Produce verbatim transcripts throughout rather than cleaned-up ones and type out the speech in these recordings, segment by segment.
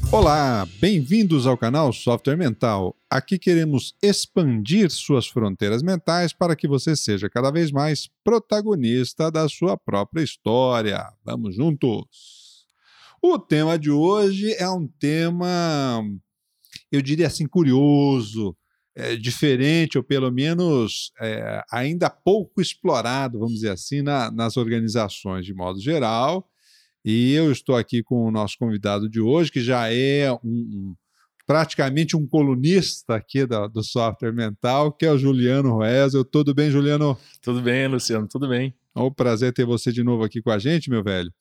Olá, bem-vindos ao canal Software Mental. Aqui queremos expandir suas fronteiras mentais para que você seja cada vez mais protagonista da sua própria história. Vamos juntos! O tema de hoje é um tema, eu diria assim, curioso, é, diferente ou pelo menos é, ainda pouco explorado, vamos dizer assim, na, nas organizações de modo geral. E eu estou aqui com o nosso convidado de hoje, que já é um, um, praticamente um colunista aqui da, do Software Mental, que é o Juliano Roesel. Tudo bem, Juliano? Tudo bem, Luciano, tudo bem. É um prazer ter você de novo aqui com a gente, meu velho.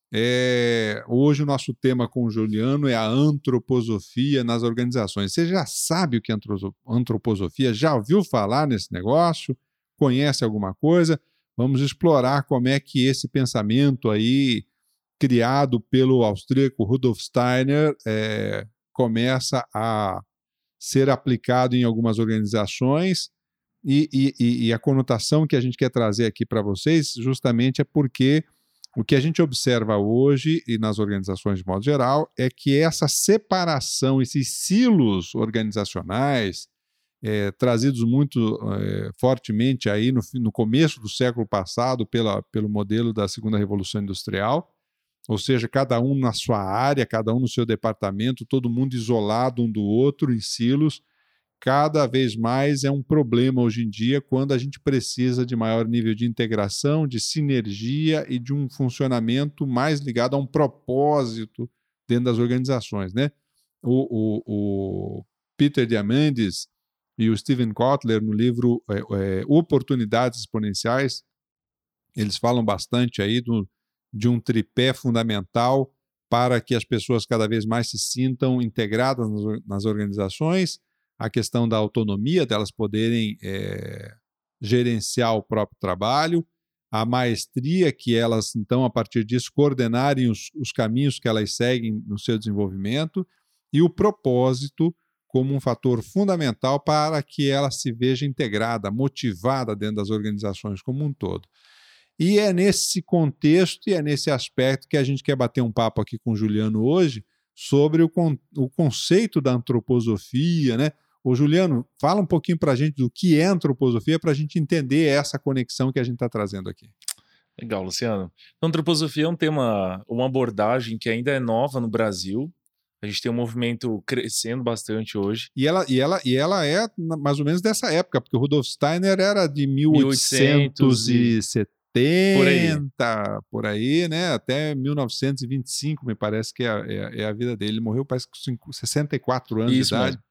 É, hoje o nosso tema com o Juliano é a antroposofia nas organizações. Você já sabe o que é antroposofia? Já ouviu falar nesse negócio? Conhece alguma coisa? Vamos explorar como é que esse pensamento aí, criado pelo austríaco Rudolf Steiner, é, começa a ser aplicado em algumas organizações e, e, e a conotação que a gente quer trazer aqui para vocês justamente é porque o que a gente observa hoje e nas organizações de modo geral é que essa separação, esses silos organizacionais é, trazidos muito é, fortemente aí no, no começo do século passado pela, pelo modelo da segunda revolução industrial, ou seja, cada um na sua área, cada um no seu departamento, todo mundo isolado um do outro, em silos, cada vez mais é um problema hoje em dia quando a gente precisa de maior nível de integração, de sinergia e de um funcionamento mais ligado a um propósito dentro das organizações, né? O, o, o Peter Diamandis e o Steven Kotler, no livro é, é, Oportunidades Exponenciais, eles falam bastante aí do de um tripé fundamental para que as pessoas cada vez mais se sintam integradas nas organizações, a questão da autonomia, delas poderem é, gerenciar o próprio trabalho, a maestria, que elas, então, a partir disso, coordenarem os, os caminhos que elas seguem no seu desenvolvimento, e o propósito como um fator fundamental para que ela se veja integrada, motivada dentro das organizações como um todo. E é nesse contexto e é nesse aspecto que a gente quer bater um papo aqui com o Juliano hoje sobre o, con o conceito da antroposofia, né? Ô, Juliano, fala um pouquinho para a gente do que é antroposofia para a gente entender essa conexão que a gente está trazendo aqui. Legal, Luciano. Então, antroposofia é um tema, uma abordagem que ainda é nova no Brasil. A gente tem um movimento crescendo bastante hoje. E ela, e ela, e ela é mais ou menos dessa época, porque o Rudolf Steiner era de mil oitocentos e setenta. Por aí. por aí, né? Até mil novecentos e vinte e cinco, me parece que é, é, é a vida dele. Ele morreu, parece que com sessenta e quatro anos Isso de idade.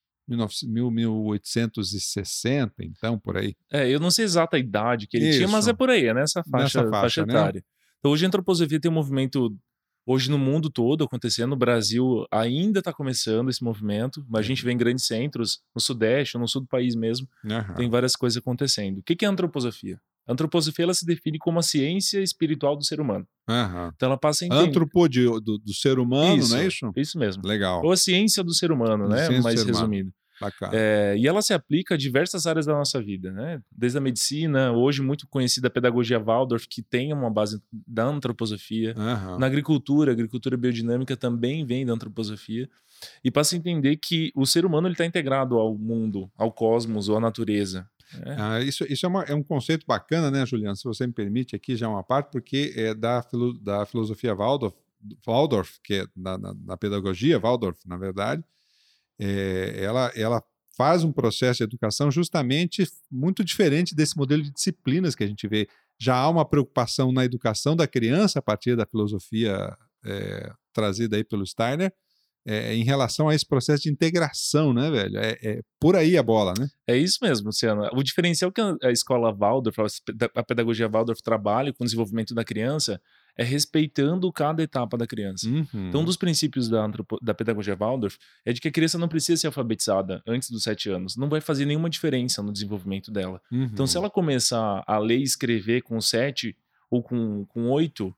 Mesmo. mil oitocentos e sessenta, então, por aí. É, eu não sei exata a idade que ele Isso. tinha, mas é por aí, é nessa faixa, nessa faixa, faixa etária. né? Então, hoje a antroposofia tem um movimento, hoje no mundo todo acontecendo, no Brasil ainda está começando esse movimento, mas a gente vê em grandes centros, no sudeste, no sul do país mesmo, Uhum. tem várias coisas acontecendo. O que é a antroposofia? A antroposofia ela se define como a ciência espiritual do ser humano. Uhum. Então ela passa a entender... Antropo de, do, do ser humano, isso, não é isso? Isso mesmo. Legal. Ou a ciência do ser humano, né? Mais resumido. Bacana. É, e ela se aplica a diversas áreas da nossa vida, né? Desde a medicina, hoje muito conhecida a pedagogia Waldorf, que tem uma base da antroposofia. Uhum. Na agricultura, a agricultura biodinâmica também vem da antroposofia. E passa a entender que o ser humano está integrado ao mundo, ao cosmos ou à natureza. É. Ah, isso isso é, uma, é um conceito bacana, né, Juliano? Se você me permite, aqui já uma parte, porque é da, filo, da filosofia Waldorf, Waldorf, que é da, da, da pedagogia Waldorf, na verdade. É, ela, ela faz um processo de educação justamente muito diferente desse modelo de disciplinas que a gente vê. Já há uma preocupação na educação da criança a partir da filosofia é, trazida aí pelo Steiner, É, em relação a esse processo de integração, né, velho? É, é por aí a bola, né? É isso mesmo, Luciano. O diferencial que a escola Waldorf, a pedagogia Waldorf trabalha com o desenvolvimento da criança é respeitando cada etapa da criança. Uhum. Então, um dos princípios da, da pedagogia Waldorf é de que a criança não precisa ser alfabetizada antes dos sete anos. Não vai fazer nenhuma diferença no desenvolvimento dela. Uhum. Então, se ela começar a ler e escrever com sete ou com, com oito,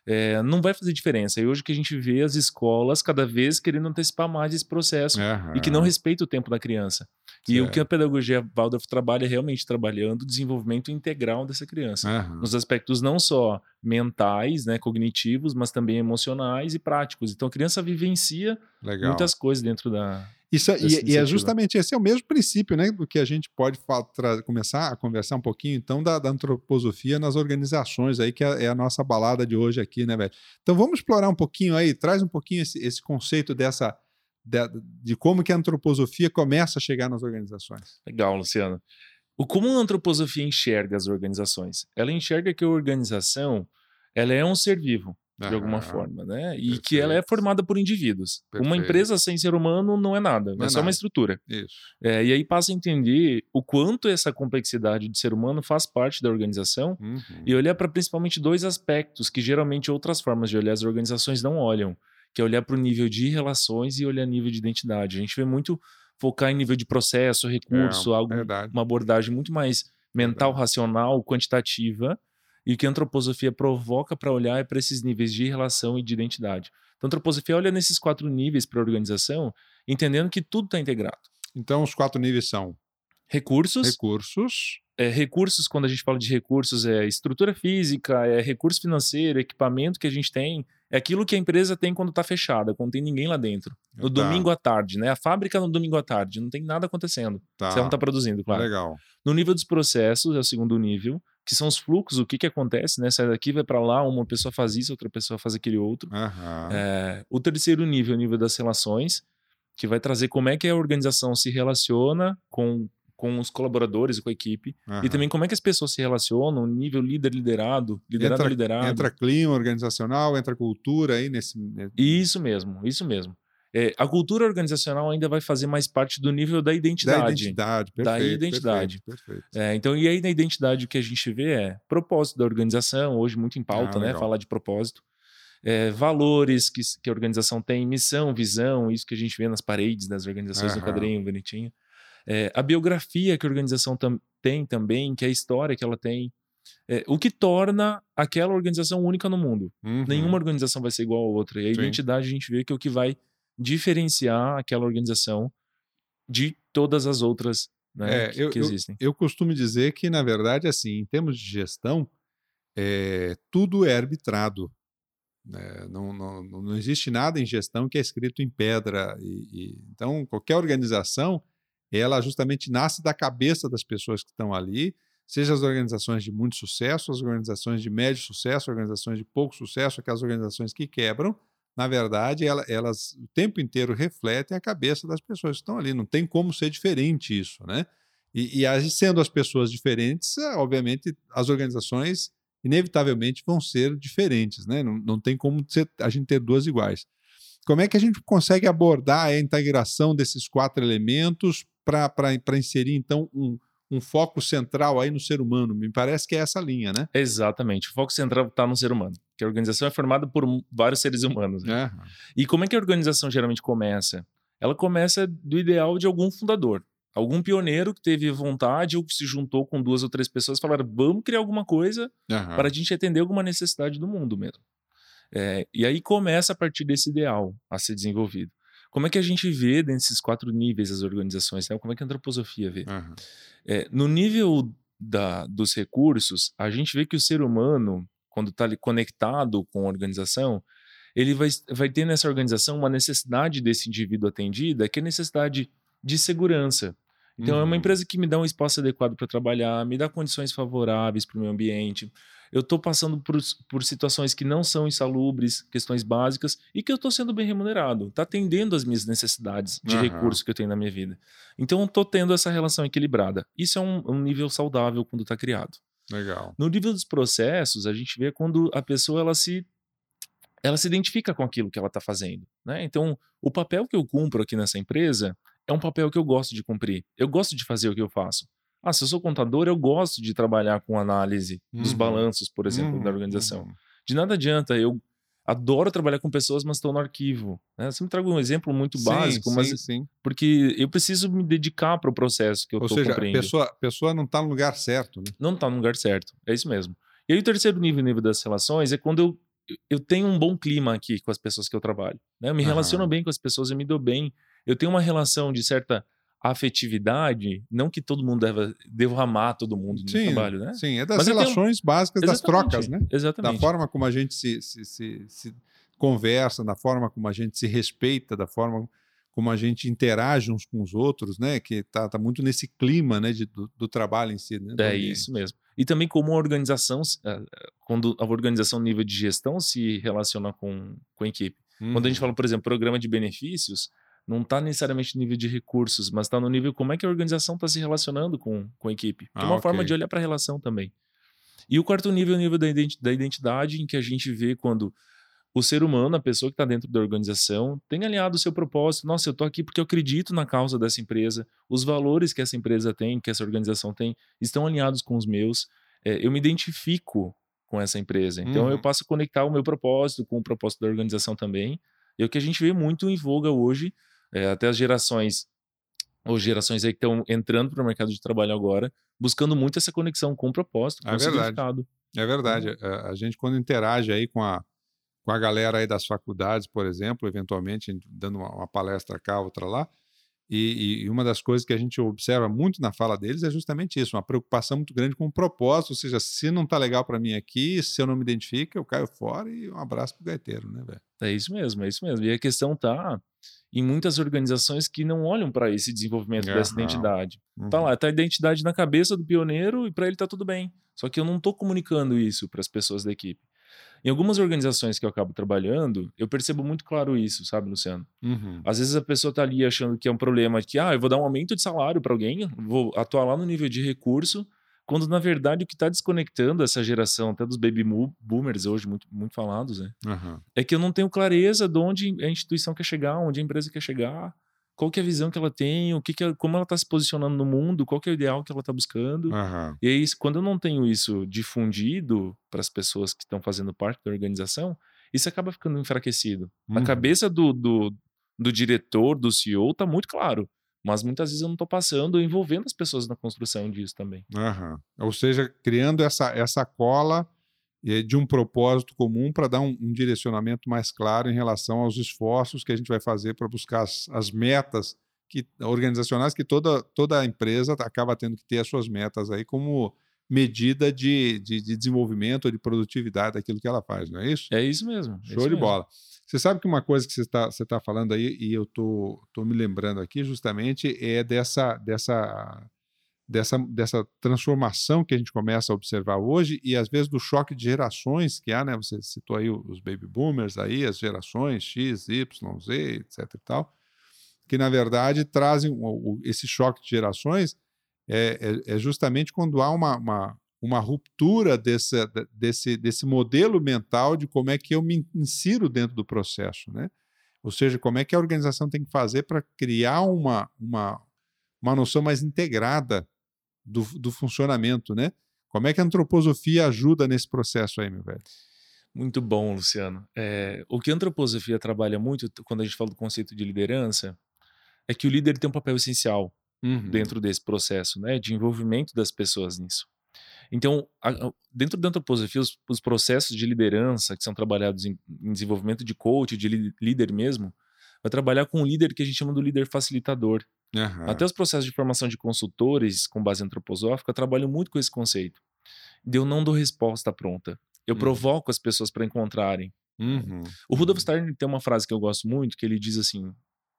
é, não vai fazer diferença. E hoje que a gente vê as escolas cada vez querendo antecipar mais esse processo Aham. e que não respeita o tempo da criança. E Certo. o que a pedagogia Waldorf trabalha é realmente trabalhando o desenvolvimento integral dessa criança. Aham. Nos aspectos não só mentais, né, cognitivos, mas também emocionais e práticos. Então a criança vivencia Legal. muitas coisas dentro da... Isso, dessa e, e é iniciativa. justamente esse é o mesmo princípio, né, do que a gente pode fa- tra- começar a conversar um pouquinho, então, da, da antroposofia nas organizações, aí, que é, é a nossa balada de hoje aqui, né, velho? Então, vamos explorar um pouquinho aí, traz um pouquinho esse, esse conceito dessa, de, de como que a antroposofia começa a chegar nas organizações. Legal, Luciano. O como a antroposofia enxerga as organizações? Ela enxerga que a organização ela é um ser vivo, de alguma Aham. forma, né? E Perfeito. que ela é formada por indivíduos. Uma Perfeito. empresa sem ser humano não é nada, Não é é só uma nada. estrutura. Isso. É, e aí passa a entender o quanto essa complexidade de ser humano faz parte da organização Uhum. e olhar para principalmente dois aspectos que geralmente outras formas de olhar as organizações não olham, que é olhar para o nível de relações e olhar nível de identidade. A gente vê muito focar em nível de processo, recurso, É, algo, verdade. uma abordagem muito mais mental, Verdade. racional, quantitativa, e o que a antroposofia provoca para olhar é para esses níveis de relação e de identidade. Então a antroposofia olha nesses quatro níveis para a organização, entendendo que tudo está integrado. Então, os quatro níveis são Recursos, recursos, é, recursos, quando a gente fala de recursos, é estrutura física, é recurso financeiro, equipamento que a gente tem, é aquilo que a empresa tem quando está fechada, quando tem ninguém lá dentro. No Tá. domingo à tarde, né? A fábrica no domingo à tarde, não tem nada acontecendo. Tá. Você não está produzindo, claro. Legal. No nível dos processos, é o segundo nível, que são os fluxos, o que, que acontece, né? Sai daqui, vai para lá, uma pessoa faz isso, outra pessoa faz aquele outro. Aham. É, o terceiro nível é o nível das relações, que vai trazer como é que a organização se relaciona com, com os colaboradores, com a equipe, Aham. e também como é que as pessoas se relacionam, nível líder-liderado, Entra, liderado-liderado. entra clima organizacional, entra cultura aí nesse. Isso mesmo, isso mesmo. É, a cultura organizacional ainda vai fazer mais parte do nível da identidade. Da identidade, perfeito. Da identidade. Perfeito, perfeito. É, então, e aí na identidade o que a gente vê é propósito da organização, hoje muito em pauta, Ah, né? legal. Falar de propósito. É, valores que, que a organização tem, missão, visão, isso que a gente vê nas paredes das organizações no Aham. quadrinho bonitinho. É, a biografia que a organização tam, tem também, que é a história que ela tem. É, o que torna aquela organização única no mundo. Uhum. Nenhuma organização vai ser igual a outra. E a Sim. identidade a gente vê que é o que vai diferenciar aquela organização de todas as outras, né, É, que, eu, que eu, existem. eu costumo dizer que, na verdade, assim, em termos de gestão, é, tudo é arbitrado. Né? Não, não, não existe nada em gestão que é escrito em pedra. E, e, então, qualquer organização, ela justamente nasce da cabeça das pessoas que estão ali, seja as organizações de muito sucesso, as organizações de médio sucesso, organizações de pouco sucesso, aquelas organizações que quebram. Na verdade, ela, elas o tempo inteiro refletem a cabeça das pessoas que estão ali. Não tem como ser diferente isso, né? E, e sendo as pessoas diferentes, obviamente, as organizações inevitavelmente vão ser diferentes, né? Não, não tem como ser, a gente ter duas iguais. Como é que a gente consegue abordar a integração desses quatro elementos para inserir, então, um, um foco central aí no ser humano? Me parece que é essa linha, né? Exatamente. O foco central está no ser humano. Que a organização é formada por vários seres humanos. Né? É. E como é que a organização geralmente começa? Ela começa do ideal de algum fundador. Algum pioneiro que teve vontade ou que se juntou com duas ou três pessoas e falaram, vamos criar alguma coisa Uhum. para a gente atender alguma necessidade do mundo mesmo. É, e aí começa a partir desse ideal a ser desenvolvido. Como é que a gente vê desses quatro níveis as organizações? Né? Como é que a antroposofia vê? Uhum. É, no nível da, dos recursos, a gente vê que o ser humano, quando está conectado com a organização, ele vai, vai ter nessa organização uma necessidade desse indivíduo atendido, que é a necessidade de segurança. Então, Uhum. é uma empresa que me dá um espaço adequado para trabalhar, me dá condições favoráveis para o meu ambiente. Eu estou passando por, por situações que não são insalubres, questões básicas, e que eu estou sendo bem remunerado. Está atendendo às minhas necessidades de Uhum. recursos que eu tenho na minha vida. Então, eu estou tendo essa relação equilibrada. Isso é um, um nível saudável quando está criado. Legal. No nível dos processos, a gente vê quando a pessoa ela se, ela se identifica com aquilo que ela está fazendo. Né? Então, o papel que eu cumpro aqui nessa empresa é um papel que eu gosto de cumprir. Eu gosto de fazer o que eu faço. Ah, se eu sou contador, eu gosto de trabalhar com análise uhum. dos balanços, por exemplo, uhum. da organização. Uhum. De nada adianta, eu adoro trabalhar com pessoas, mas estou no arquivo. Né? Você me traga um exemplo muito sim, básico, sim, mas sim. porque eu preciso me dedicar para o processo que eu estou cumprindo. Ou seja, a pessoa, pessoa não está no lugar certo. Né? Não está no lugar certo, é isso mesmo. E aí o terceiro nível, nível das relações, é quando eu eu tenho um bom clima aqui com as pessoas que eu trabalho, né? Eu me relaciono Aham. bem com as pessoas, eu me dou bem. Eu tenho uma relação de certa afetividade, não que todo mundo deva, deva amar todo mundo no meu Sim, trabalho, né? sim, é das Mas eu tenho... relações básicas, das trocas, Exatamente, né? Da exatamente. forma como a gente se, se, se, se conversa, da forma como a gente se respeita, da forma como a gente interage uns com os outros, né? Que tá, tá muito nesse clima, né? De, do, do trabalho em si, né? Do É ambiente. isso mesmo. E também como a organização, quando a organização nível de gestão se relaciona com, com a equipe. Uhum. Quando a gente fala, por exemplo, programa de benefícios, não está necessariamente no nível de recursos, mas está no nível como é que a organização está se relacionando com, com a equipe. Que Ah, é uma ok. forma de olhar para a relação também. E o quarto nível é o nível da identi- da identidade, em que a gente vê quando o ser humano, a pessoa que está dentro da organização, tem alinhado o seu propósito. Nossa, eu estou aqui porque eu acredito na causa dessa empresa. Os valores que essa empresa tem, que essa organização tem, estão alinhados com os meus. É, eu me identifico com essa empresa. Então, Uhum. eu passo a conectar o meu propósito com o propósito da organização também. E é o que a gente vê muito em voga hoje, é, até as gerações, ou gerações aí que estão entrando para o mercado de trabalho agora, buscando muito essa conexão com o propósito, com É o verdade. significado. É verdade. Então, A, a gente, quando interage aí com a, com a galera aí das faculdades, por exemplo, eventualmente dando uma, uma palestra cá, outra lá, e, e uma das coisas que a gente observa muito na fala deles é justamente isso, uma preocupação muito grande com o propósito, ou seja, se não tá legal para mim aqui, se eu não me identifico, eu caio fora e um abraço pro gaiteiro, né, velho? é isso mesmo, é isso mesmo. E a questão tá em muitas organizações que não olham para esse desenvolvimento dessa Aham. identidade. Tá Uhum. lá, tá a identidade na cabeça do pioneiro e para ele tá tudo bem. Só que eu não tô comunicando isso para as pessoas da equipe. Em algumas organizações que eu acabo trabalhando, eu percebo muito claro isso, sabe, Luciano? Uhum. Às vezes a pessoa tá ali achando que é um problema que, ah, eu vou dar um aumento de salário para alguém, vou atuar lá no nível de recurso, quando na verdade o que está desconectando essa geração, até dos baby mo- boomers hoje, muito, muito falados, né? Aham. É que eu não tenho clareza de onde a instituição quer chegar, onde a empresa quer chegar, qual que é a visão que ela tem, o que que ela- como ela está se posicionando no mundo, qual que é o ideal que ela está buscando. Aham. E aí, quando eu não tenho isso difundido para as pessoas que estão fazendo parte da organização, isso acaba ficando enfraquecido. Na Uhum. cabeça do, do, do diretor, do C E O, está muito claro, mas muitas vezes eu não estou passando, envolvendo as pessoas na construção disso também. Aham. Ou seja, criando essa, essa cola eh, de um propósito comum para dar um, um direcionamento mais claro em relação aos esforços que a gente vai fazer para buscar as, as metas que, organizacionais que toda, toda empresa acaba tendo que ter as suas metas aí como medida de, de, de desenvolvimento, de produtividade daquilo que ela faz, não é isso? É isso mesmo, é Show isso de mesmo. bola. Você sabe que uma coisa que você está você tá falando aí, e eu tô, tô me lembrando aqui justamente, é dessa, dessa, dessa, dessa transformação que a gente começa a observar hoje e às vezes do choque de gerações que há, né? Você citou aí os baby boomers aí, as gerações X, Y, Z, etc e tal, que na verdade trazem o, o, esse choque de gerações é, é, é justamente quando há uma, uma, uma ruptura desse, desse, desse modelo mental de como é que eu me insiro dentro do processo, né? Ou seja, como é que a organização tem que fazer para criar uma, uma, uma noção mais integrada do, do funcionamento, né? Como é que a antroposofia ajuda nesse processo aí, meu velho? Muito bom, Luciano. É, o que a antroposofia trabalha muito, t- quando a gente fala do conceito de liderança, é que o líder tem um papel essencial Uhum. dentro desse processo, né, de envolvimento das pessoas nisso. Então, a- a- dentro da antroposofia, os, os processos de liderança que são trabalhados em, em desenvolvimento de coach, de li- líder mesmo, vai trabalhar com um líder que a gente chama do líder facilitador. Até Aham. os processos de formação de consultores com base antroposófica trabalham muito com esse conceito. De eu não dou resposta pronta. Eu Uhum. provoco as pessoas para encontrarem. Uhum. O Rudolf Uhum. Steiner tem uma frase que eu gosto muito, que ele diz assim: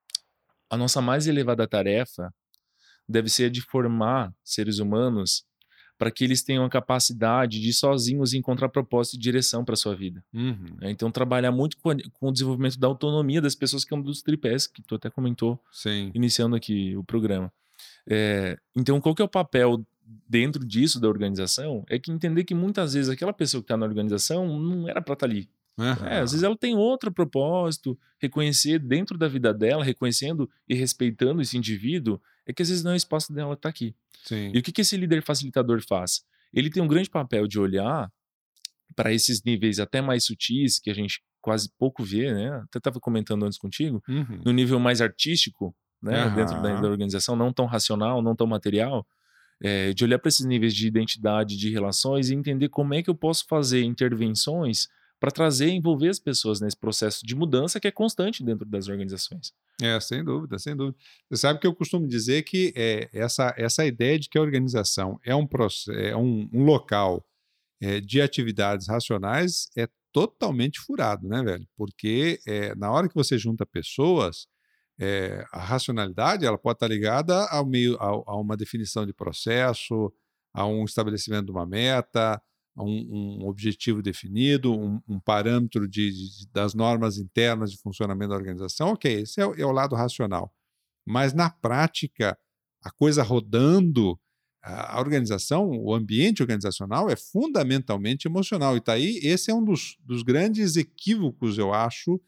a nossa mais elevada tarefa deve ser a de formar seres humanos para que eles tenham a capacidade de sozinhos encontrar propósito e direção para sua vida. Uhum. Né? Então, trabalhar muito com, a, com o desenvolvimento da autonomia das pessoas, que é um dos tripés que tu até comentou Sim. iniciando aqui o programa. É, então, qual que é o papel dentro disso da organização? É que entender que muitas vezes aquela pessoa que está na organização não era para estar ali. É, às vezes Aham. ela tem outro propósito, reconhecer dentro da vida dela, reconhecendo e respeitando esse indivíduo, é que às vezes não é o espaço dela estar aqui. E Sim. o que, que esse líder facilitador faz? Ele tem um grande papel de olhar para esses níveis até mais sutis, que a gente quase pouco vê, né? Até estava comentando antes contigo, Uhum. no nível mais artístico, né? Dentro da, da Aham. organização, não tão racional, não tão material, é, de olhar para esses níveis de identidade, de relações e entender como é que eu posso fazer intervenções para trazer e envolver as pessoas nesse processo de mudança que é constante dentro das organizações. É, sem dúvida, sem dúvida. Você sabe que eu costumo dizer que é, essa, essa ideia de que a organização é um, é um, um local é, de atividades racionais é totalmente furado, né, velho? Porque é, na hora que você junta pessoas, é, a racionalidade ela pode estar ligada ao meio, a, a uma definição de processo, a um estabelecimento de uma meta, a um, um objetivo definido, um, um parâmetro de, de, das normas internas de funcionamento da organização. Ok, esse é, é o lado racional. Mas, na prática, a coisa rodando, a organização, o ambiente organizacional é fundamentalmente emocional. E tá aí, esse é um dos, dos grandes equívocos, eu acho,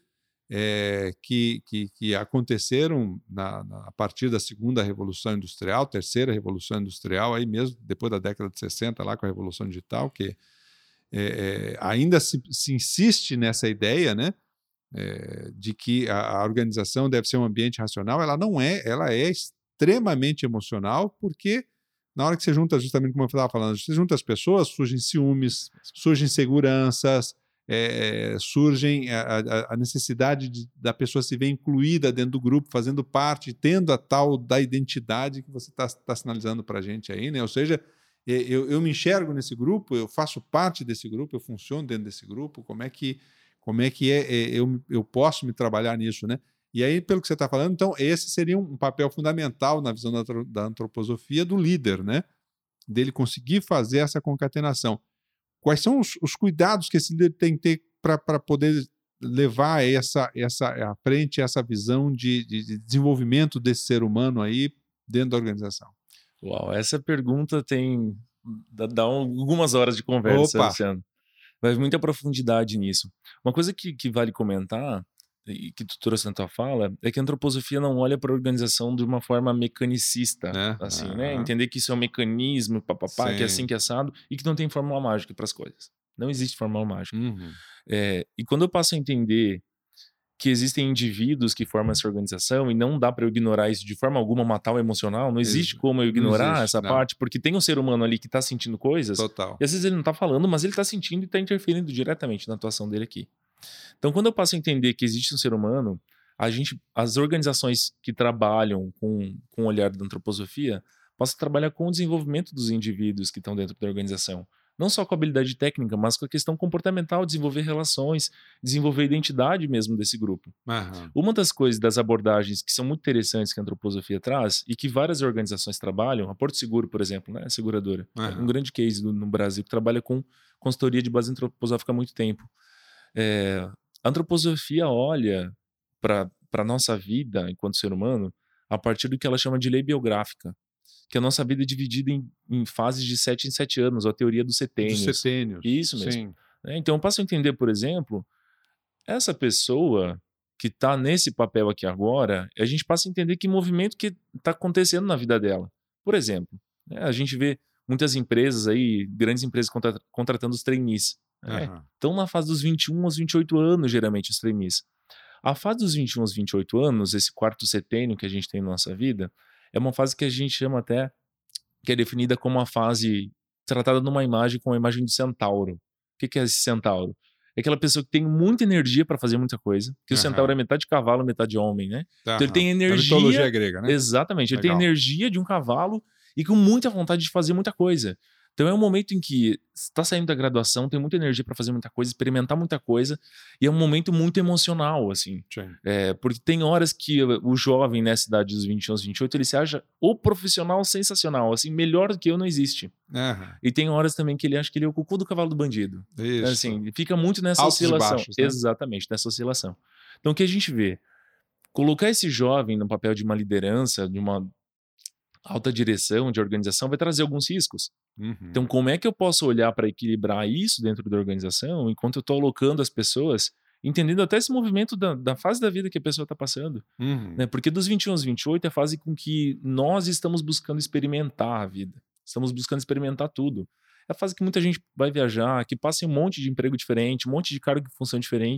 é, que, que, que aconteceram na, na, a partir da segunda Revolução Industrial, terceira Revolução Industrial, aí mesmo depois da década de sessenta, lá com a Revolução Digital, que é, é, ainda se, se insiste nessa ideia, né, é, de que a, a organização deve ser um ambiente racional. Ela não é, ela é extremamente emocional, porque na hora que você junta, justamente como eu estava falando, você junta as pessoas, surgem ciúmes, surgem inseguranças, é, surgem a, a, a necessidade de, da pessoa se ver incluída dentro do grupo, fazendo parte, tendo a tal da identidade que você está tá sinalizando para a gente aí, né? Ou seja, eu, eu me enxergo nesse grupo, eu faço parte desse grupo, eu funciono dentro desse grupo, como é que, como é, que é, é eu, eu posso me trabalhar nisso, né? E aí, pelo que você está falando, então, esse seria um papel fundamental na visão da, da antroposofia do líder, né? Dele conseguir fazer essa concatenação. Quais são os, os cuidados que esse líder tem que ter para poder levar essa, essa, à frente essa visão de, de, de desenvolvimento desse ser humano aí dentro da organização? Uau, essa pergunta tem dá, dá algumas horas de conversa, Opa. Luciano. Vai muita profundidade nisso. Uma coisa que, que vale comentar, e que tu trouxe na tua fala, é que a antroposofia não olha para a organização de uma forma mecanicista, É, assim, uh-huh. né? Entender que isso é um mecanismo, papapá, que é assim que é assado, e que não tem fórmula mágica para as coisas. Não existe fórmula mágica. Uhum. É, e quando eu passo a entender que existem indivíduos que formam essa organização e não dá para eu ignorar isso de forma alguma, matar o emocional, não existe como eu ignorar existe, essa não. parte, porque tem um ser humano ali que está sentindo coisas, Total. E às vezes ele não está falando, mas ele está sentindo e está interferindo diretamente na atuação dele aqui. Então, quando eu passo a entender que existe um ser humano, a gente, as organizações que trabalham com, com o olhar da antroposofia possam trabalhar com o desenvolvimento dos indivíduos que estão dentro da organização. Não só com a habilidade técnica, mas com a questão comportamental, desenvolver relações, desenvolver a identidade mesmo desse grupo. Uhum. Uma das coisas, das abordagens que são muito interessantes que a antroposofia traz e que várias organizações trabalham, a Porto Seguro, por exemplo, né, a seguradora, uhum. é um grande case do, no Brasil, que trabalha com consultoria de base antroposófica há muito tempo. É, a antroposofia olha para a nossa vida enquanto ser humano a partir do que ela chama de lei biográfica, que a nossa vida é dividida em, em fases de sete em sete anos, a teoria dos setênios. Dos setênios. Isso mesmo. Sim. É, então eu passo a entender, por exemplo, essa pessoa que está nesse papel aqui agora, a gente passa a entender que movimento que está acontecendo na vida dela. Por exemplo, né, a gente vê muitas empresas aí, grandes empresas contra, contratando os trainees. É, Uhum. Estão na fase dos vinte e um aos vinte e oito anos, geralmente, os trainees. A fase dos vinte e um aos vinte e oito anos, esse quarto setênio que a gente tem na nossa vida, é uma fase que a gente chama até, que é definida como uma fase tratada numa imagem como a imagem do centauro. O que, que é esse centauro? É aquela pessoa que tem muita energia para fazer muita coisa, que uhum. o centauro é metade cavalo, metade homem, né? Uhum. Então ele tem energia... A mitologia grega, né? Exatamente. Ele Legal. tem energia de um cavalo e com muita vontade de fazer muita coisa. Então é um momento em que está saindo da graduação, tem muita energia para fazer muita coisa, experimentar muita coisa, e é um momento muito emocional, assim. É, porque tem horas que o jovem nessa idade dos vinte e um aos vinte e oito, ele se acha o profissional sensacional, assim, melhor do que eu não existe. Uhum. E tem horas também que ele acha que ele é o cocô do cavalo do bandido. Isso. Assim, fica muito nessa Altos oscilação. E baixos, né? Exatamente, nessa oscilação. Então o que a gente vê? Colocar esse jovem no papel de uma liderança, de uma alta direção de organização, vai trazer alguns riscos. Uhum. Então, como é que eu posso olhar para equilibrar isso dentro da organização, enquanto eu estou alocando as pessoas, entendendo até esse movimento da, da fase da vida que a pessoa está passando? Uhum. Né? Porque dos vinte e um aos vinte e oito é a fase com que nós estamos buscando experimentar a vida. Estamos buscando experimentar tudo. É a fase que muita gente vai viajar, que passa em um monte de emprego diferente, um monte de cargo e função diferente,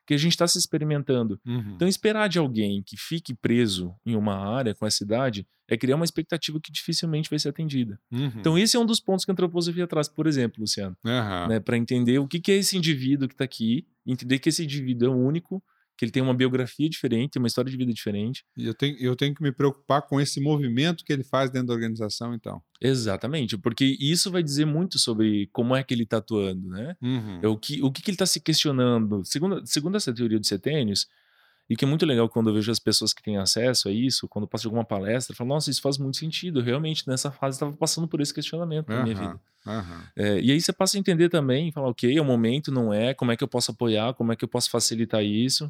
que a gente está se experimentando. Uhum. Então, esperar de alguém que fique preso em uma área com essa idade é criar uma expectativa que dificilmente vai ser atendida. Uhum. Então, esse é um dos pontos que a antroposofia traz, por exemplo, Luciano, Uhum. né, para entender o que, que é esse indivíduo que está aqui, entender que esse indivíduo é único, que ele tem uma biografia diferente, uma história de vida diferente. E eu tenho, eu tenho que me preocupar com esse movimento que ele faz dentro da organização, então. Exatamente, porque isso vai dizer muito sobre como é que ele está atuando, né? Uhum. É o que, o que, que ele está se questionando. Segundo, segundo essa teoria de setênios, e que é muito legal quando eu vejo as pessoas que têm acesso a isso, quando eu passo de alguma palestra, eu falo, nossa, isso faz muito sentido. Eu realmente, nessa fase, estava passando por esse questionamento na Uhum. minha vida. Uhum. É, e aí você passa a entender também, falar, ok, é o momento, não é, como é que eu posso apoiar, como é que eu posso facilitar isso.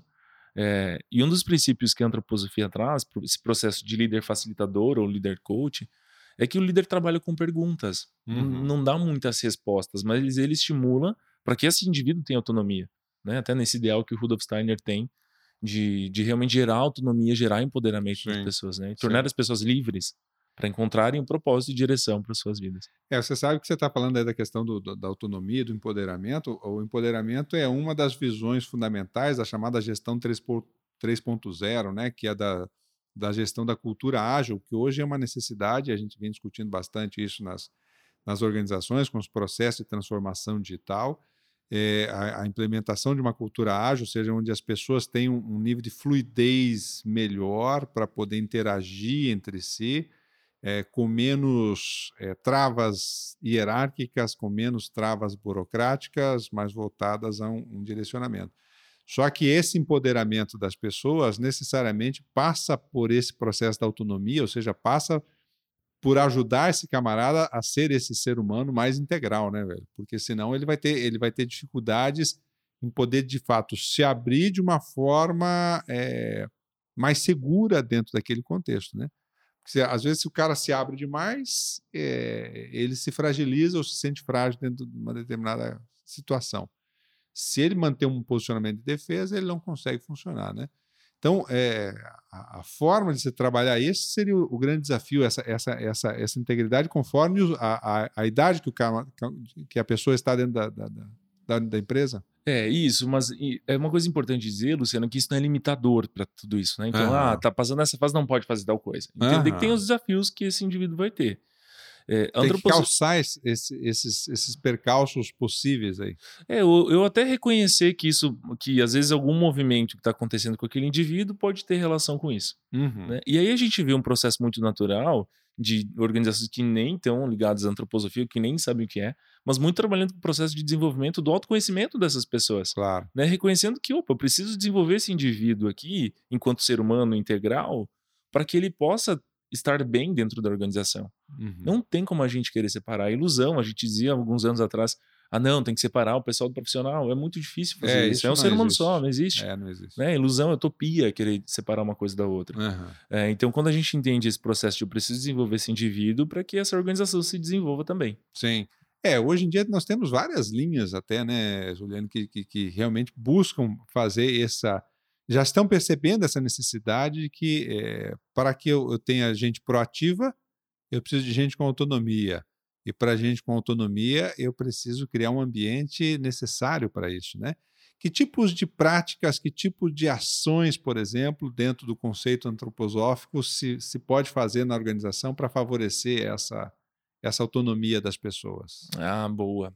É, e um dos princípios que a antroposofia traz, esse processo de líder facilitador ou líder coach, é que o líder trabalha com perguntas. Uhum. N- Não dá muitas respostas, mas ele estimula para que esse indivíduo tenha autonomia. Né? Até nesse ideal que o Rudolf Steiner tem de, de realmente gerar autonomia, gerar empoderamento das Sim. pessoas, né? E tornar Sim. as pessoas livres para encontrarem um propósito e direção para suas vidas. É, você sabe que você está falando aí da questão do, do, da autonomia, do empoderamento. O empoderamento é uma das visões fundamentais da chamada gestão três ponto zero, né, que é da, da gestão da cultura ágil, que hoje é uma necessidade, a gente vem discutindo bastante isso nas, nas organizações, com os processos de transformação digital. É, a, a implementação de uma cultura ágil, ou seja, onde as pessoas têm um, um nível de fluidez melhor para poder interagir entre si, É, com menos é, travas hierárquicas, com menos travas burocráticas, mais voltadas a um, um direcionamento. Só que esse empoderamento das pessoas necessariamente passa por esse processo da autonomia, ou seja, passa por ajudar esse camarada a ser esse ser humano mais integral, né, velho? Porque senão ele vai ter, ele vai ter dificuldades em poder, de fato, se abrir de uma forma é, mais segura dentro daquele contexto, né? Porque, às vezes, se o cara se abre demais, é, ele se fragiliza ou se sente frágil dentro de uma determinada situação. Se ele manter um posicionamento de defesa, ele não consegue funcionar, né? Então, é, a, a forma de se trabalhar isso seria o, o grande desafio, essa, essa, essa, essa integridade conforme a, a, a idade que, o cara, que a pessoa está dentro da, da, da, da empresa. É, isso, mas e, é uma coisa importante dizer, Luciano, que isso não é limitador para tudo isso, né? Então, Aham. ah, tá passando essa fase, não pode fazer tal coisa. Entender que tem Aham. os desafios que esse indivíduo vai ter. É, Tem que antroposo- calçar esse- esse- esses, esses percalços possíveis aí. É, eu, eu até reconhecer que isso, que às vezes algum movimento que está acontecendo com aquele indivíduo pode ter relação com isso. Uhum. Né? E aí a gente vê um processo muito natural de organizações que nem estão ligadas à antroposofia, que nem sabem o que é, mas muito trabalhando com o processo de desenvolvimento do autoconhecimento dessas pessoas. Claro. Né? Reconhecendo que, opa, eu preciso desenvolver esse indivíduo aqui, enquanto ser humano integral, para que ele possa estar bem dentro da organização. Uhum. Não tem como a gente querer separar. A ilusão, a gente dizia alguns anos atrás, ah não, tem que separar o pessoal do profissional. É muito difícil fazer É, isso. isso É um não ser humano existe. só, não existe. É, não existe. Né? Ilusão, é utopia querer separar uma coisa da outra. Uhum. É, então, quando a gente entende esse processo de eu preciso desenvolver esse indivíduo para que essa organização se desenvolva também. Sim. É, hoje em dia nós temos várias linhas até, né, Juliano, que, que, que realmente buscam fazer essa... Já estão percebendo essa necessidade de que, é, para que eu, eu tenha gente proativa, eu preciso de gente com autonomia. E para gente com autonomia, eu preciso criar um ambiente necessário para isso, né? Que tipos de práticas, que tipo de ações, por exemplo, dentro do conceito antroposófico, se, se pode fazer na organização para favorecer essa, essa autonomia das pessoas? Ah, boa.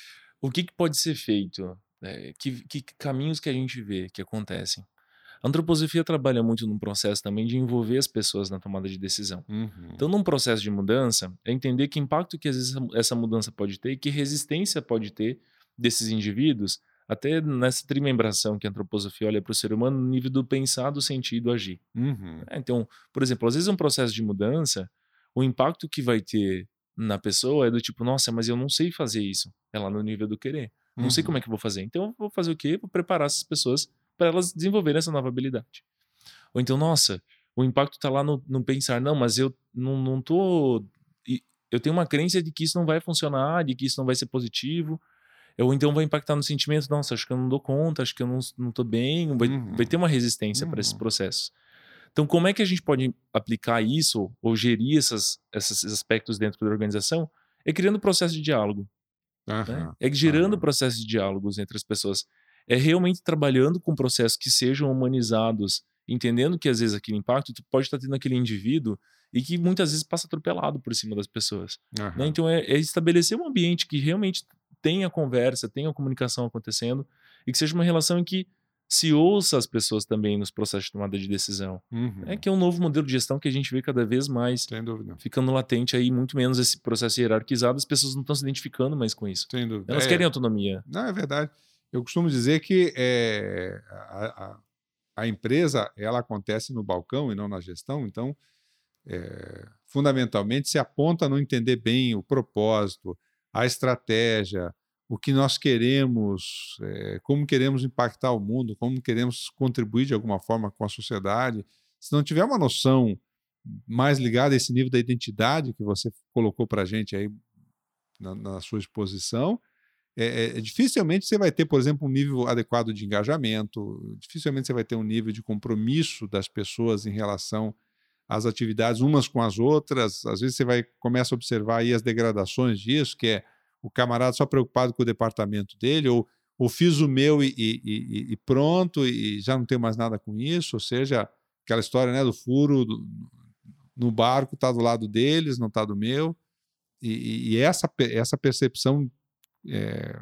O que, que pode ser feito? É, que, que caminhos que a gente vê que acontecem? A antroposofia trabalha muito num processo também de envolver as pessoas na tomada de decisão. Uhum. Então, num processo de mudança, é entender que impacto que às vezes essa mudança pode ter e que resistência pode ter desses indivíduos, até nessa trimembração que a antroposofia olha para o ser humano no nível do pensar, do sentir e do agir. Uhum. É, então, por exemplo, às vezes um processo de mudança, o impacto que vai ter na pessoa é do tipo, nossa, mas eu não sei fazer isso. É lá no nível do querer. Não sei Uhum. como é que eu vou fazer. Então, eu vou fazer o quê? Vou preparar essas pessoas para elas desenvolverem essa nova habilidade. Ou então, nossa, o impacto está lá no, no pensar, não, mas eu não, não tô... Eu tenho uma crença de que isso não vai funcionar, de que isso não vai ser positivo. Ou então vai impactar no sentimento, nossa, acho que eu não dou conta, acho que eu não, não tô bem. Vai, Uhum. vai ter uma resistência Uhum. para esses processos. Então, como é que a gente pode aplicar isso ou gerir essas, esses aspectos dentro da organização? É criando processo de diálogo. Uhum. Né? É gerando Uhum. processos de diálogos entre as pessoas. é realmente trabalhando com processos que sejam humanizados, entendendo que às vezes aquele impacto tu pode estar tendo aquele indivíduo e que muitas vezes passa atropelado por cima das pessoas. Aham. Né? Então é, é estabelecer um ambiente que realmente tenha conversa, tenha comunicação acontecendo e que seja uma relação em que se ouça as pessoas também nos processos de tomada de decisão. Uhum. É que é um novo modelo de gestão que a gente vê cada vez mais Sem dúvida. ficando latente aí, muito menos esse processo hierarquizado, as pessoas não estão se identificando mais com isso. Sem dúvida. Elas É, querem autonomia. não, é verdade. Eu costumo dizer que é, a, a, a empresa ela acontece no balcão e não na gestão, então, é, fundamentalmente, se aponta a não entender bem o propósito, a estratégia, o que nós queremos, é, como queremos impactar o mundo, como queremos contribuir de alguma forma com a sociedade. Se não tiver uma noção mais ligada a esse nível da identidade que você colocou para a gente aí na, na sua exposição, é, é, dificilmente você vai ter, por exemplo, um nível adequado de engajamento, dificilmente você vai ter um nível de compromisso das pessoas em relação às atividades umas com as outras. Às vezes você vai começa a observar aí as degradações disso, que é o camarada só preocupado com o departamento dele, ou, ou fiz o meu e, e, e, e pronto, e já não tenho mais nada com isso. Ou seja, aquela história, né, do furo do, no barco, está do lado deles, não está do meu. E, e essa, essa percepção é,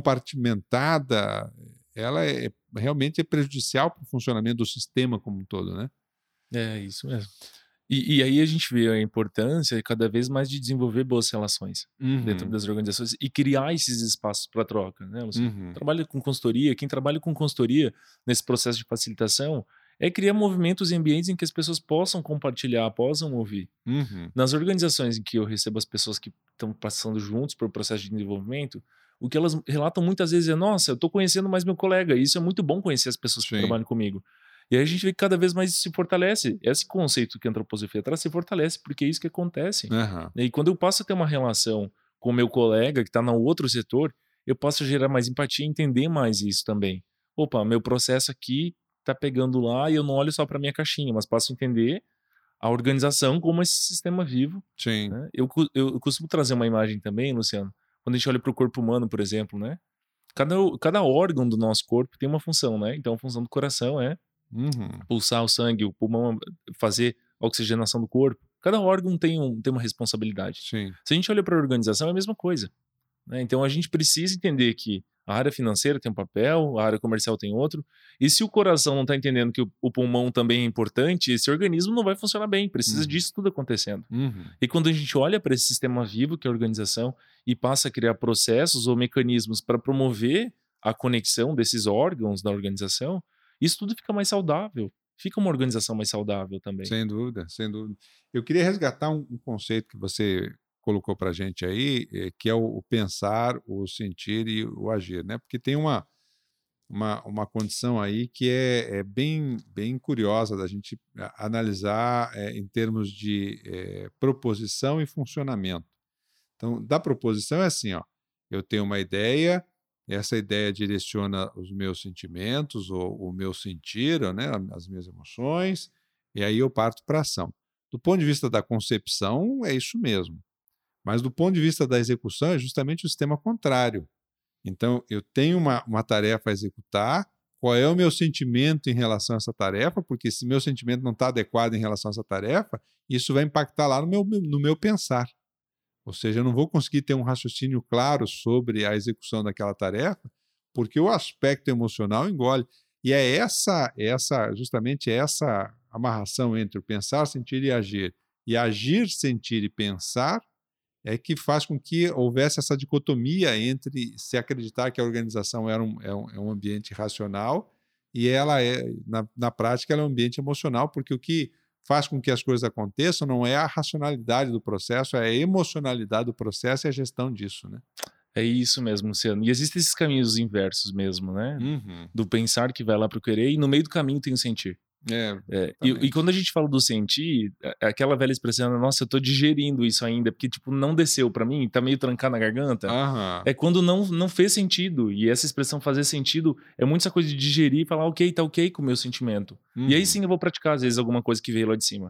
compartimentada, ela é, realmente é prejudicial para o funcionamento do sistema como um todo, né? É, isso mesmo. E, e aí a gente vê a importância cada vez mais de desenvolver boas relações Uhum. dentro das organizações e criar esses espaços para troca, né, Luciano? Uhum. Trabalha com consultoria, quem trabalha com consultoria nesse processo de facilitação é criar movimentos e ambientes em que as pessoas possam compartilhar, possam ouvir. Uhum. Nas organizações em que eu recebo as pessoas que estão passando juntos por processo de desenvolvimento, o que elas relatam muitas vezes é: nossa, eu estou conhecendo mais meu colega, e isso é muito bom conhecer as pessoas que Sim. trabalham comigo. E aí a gente vê que cada vez mais isso se fortalece. Esse conceito que a antroposofia traz se fortalece, porque é isso que acontece. Uhum. E quando eu passo a ter uma relação com o meu colega que está no outro setor, eu posso gerar mais empatia e entender mais isso também. Opa, meu processo aqui está pegando lá e eu não olho só para minha caixinha, mas passo a entender a organização como esse sistema vivo. Sim. Né? Eu, eu costumo trazer uma imagem também, Luciano, quando a gente olha para o corpo humano, por exemplo, né? Cada, cada órgão do nosso corpo tem uma função, né? Então a função do coração é Uhum. pulsar o sangue, o pulmão, fazer a oxigenação do corpo. Cada órgão tem, um, tem uma responsabilidade. Sim. Se a gente olha para a organização, é a mesma coisa. Né? Então a gente precisa entender que a área financeira tem um papel, a área comercial tem outro, e se o coração não está entendendo que o, o pulmão também é importante, esse organismo não vai funcionar bem, precisa Uhum. disso tudo acontecendo. Uhum. E quando a gente olha para esse sistema vivo que é a organização e passa a criar processos ou mecanismos para promover a conexão desses órgãos da organização, isso tudo fica mais saudável. Fica uma organização mais saudável também. Sem dúvida, sem dúvida. Eu queria resgatar um, um conceito que você colocou para a gente aí, é, que é o, o pensar, o sentir e o agir, né? Porque tem uma, uma, uma condição aí que é, é bem, bem curiosa da gente analisar é, em termos de é, proposição e funcionamento. Então, da proposição é assim, ó, eu tenho uma ideia, essa ideia direciona os meus sentimentos, ou o meu sentir, né, as minhas emoções, e aí eu parto para a ação. Do ponto de vista da concepção, é isso mesmo. Mas do ponto de vista da execução, é justamente o sistema contrário. Então, eu tenho uma, uma tarefa a executar, qual é o meu sentimento em relação a essa tarefa, porque se meu sentimento não está adequado em relação a essa tarefa, isso vai impactar lá no meu, no meu pensar. Ou seja, eu não vou conseguir ter um raciocínio claro sobre a execução daquela tarefa, porque o aspecto emocional engole. E é essa, essa justamente essa amarração entre o pensar, sentir e agir, e agir, sentir e pensar, é que faz com que houvesse essa dicotomia entre se acreditar que a organização era um, é um, é um ambiente racional e ela é, na, na prática, ela é um ambiente emocional, porque o que faz com que as coisas aconteçam não é a racionalidade do processo, é a emocionalidade do processo e a gestão disso, né? É isso mesmo, Luciano. E existem esses caminhos inversos mesmo, né? Uhum. Do pensar que vai lá para o querer e no meio do caminho tem o sentir. É, É, e, e quando a gente fala do sentir, é aquela velha expressão, nossa, eu tô digerindo isso ainda, porque tipo, não desceu para mim, tá meio trancado na garganta. Aham. É quando não, não fez sentido. E essa expressão fazer sentido é muito essa coisa de digerir e falar, ok, tá ok com o meu sentimento. Uhum. E aí sim eu vou praticar, às vezes, alguma coisa que veio lá de cima.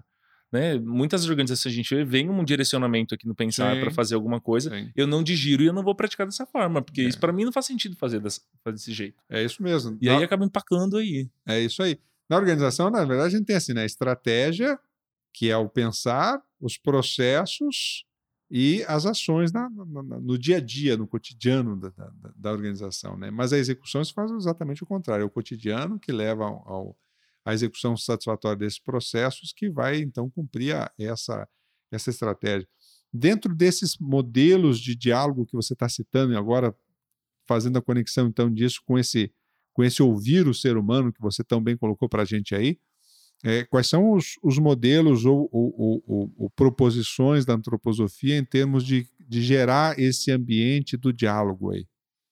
Né? Muitas organizações a gente vê, vem um direcionamento aqui no pensar para fazer alguma coisa, sim. Eu não digiro e eu não vou praticar dessa forma, porque é. Isso para mim não faz sentido fazer, dessa, fazer desse jeito. É isso mesmo. E na... aí acaba empacando aí. É isso aí. Na organização, na verdade, a gente tem assim, né? Estratégia, que é o pensar, os processos e as ações na, na, no dia a dia, no cotidiano da, da, da organização. Né? Mas a execução se faz exatamente o contrário. É o cotidiano que leva ao, ao a execução satisfatória desses processos que vai, então, cumprir a, essa, essa estratégia. Dentro desses modelos de diálogo que você está citando, e agora fazendo a conexão, então, disso com esse, com esse ouvir o ser humano que você tão bem colocou para a gente aí, é, quais são os, os modelos ou, ou, ou, ou, ou proposições da antroposofia em termos de, de gerar esse ambiente do diálogo aí?